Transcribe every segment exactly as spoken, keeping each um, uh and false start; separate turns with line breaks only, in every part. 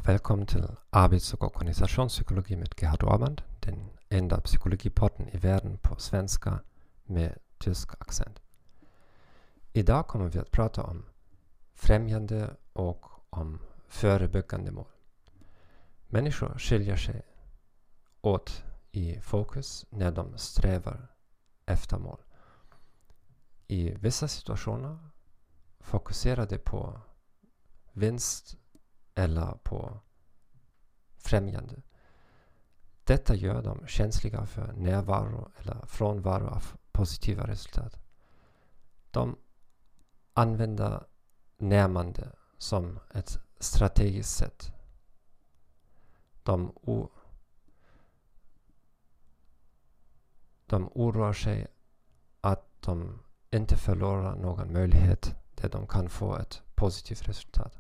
välkommen till arbets- och organisationspsykologi med Gerhard Orband, den enda psykologipodden i världen på svenska med tysk accent. Idag kommer vi att prata om främjande och om förebyggande mål. Människor skiljer sig åt i fokus när de strävar efter mål. I vissa situationer fokuserar de på vinst eller på främjande. Detta gör dem känsliga för närvaro eller frånvaro av positiva resultat. De använder närmande som ett strategiskt sätt. De, o- de oroar sig att de inte förlorar någon möjlighet där de kan få ett positivt resultat.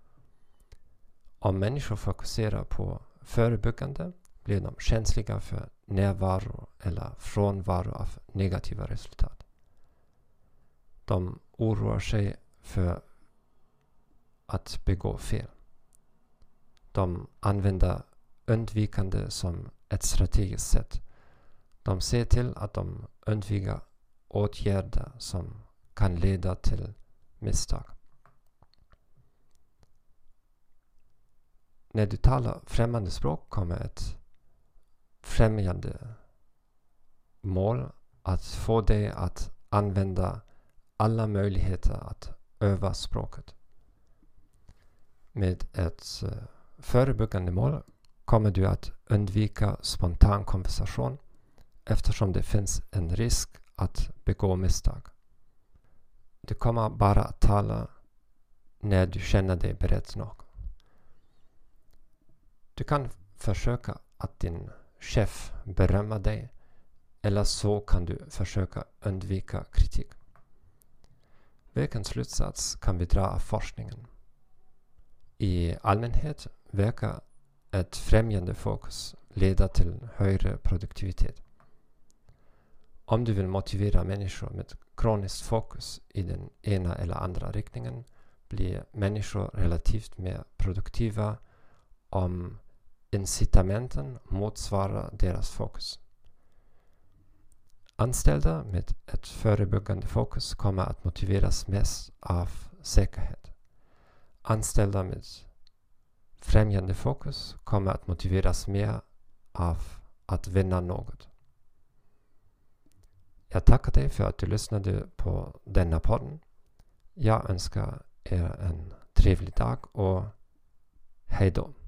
Om människor fokuserar på förebyggande blir de känsliga för närvaro eller frånvaro av negativa resultat. De oroar sig för att begå fel. De använder undvikande som ett strategiskt sätt. De ser till att de undviker åtgärder som kan leda till misstag. När du talar främmande språk kommer ett främjande mål att få dig att använda alla möjligheter att öva språket. Med ett uh, förebyggande mål kommer du att undvika spontan konversation eftersom det finns en risk att begå misstag. Du kommer bara att tala när du känner dig beredd nog. Du kan försöka att din chef berömmer dig eller så kan du försöka undvika kritik. Vilken slutsats kan vi dra av forskningen? I allmänhet verkar ett främjande fokus leda till högre produktivitet. Om du vill motivera människor med kroniskt fokus i den ena eller andra riktningen blir människor relativt mer produktiva om incitamenten motsvarar deras fokus. Anställda med ett förebyggande fokus kommer att motiveras mest av säkerhet. Anställda med främjande fokus kommer att motiveras mer av att vinna något. Jag tackar dig för att du lyssnade på denna podden. Jag önskar er en trevlig dag och hej då.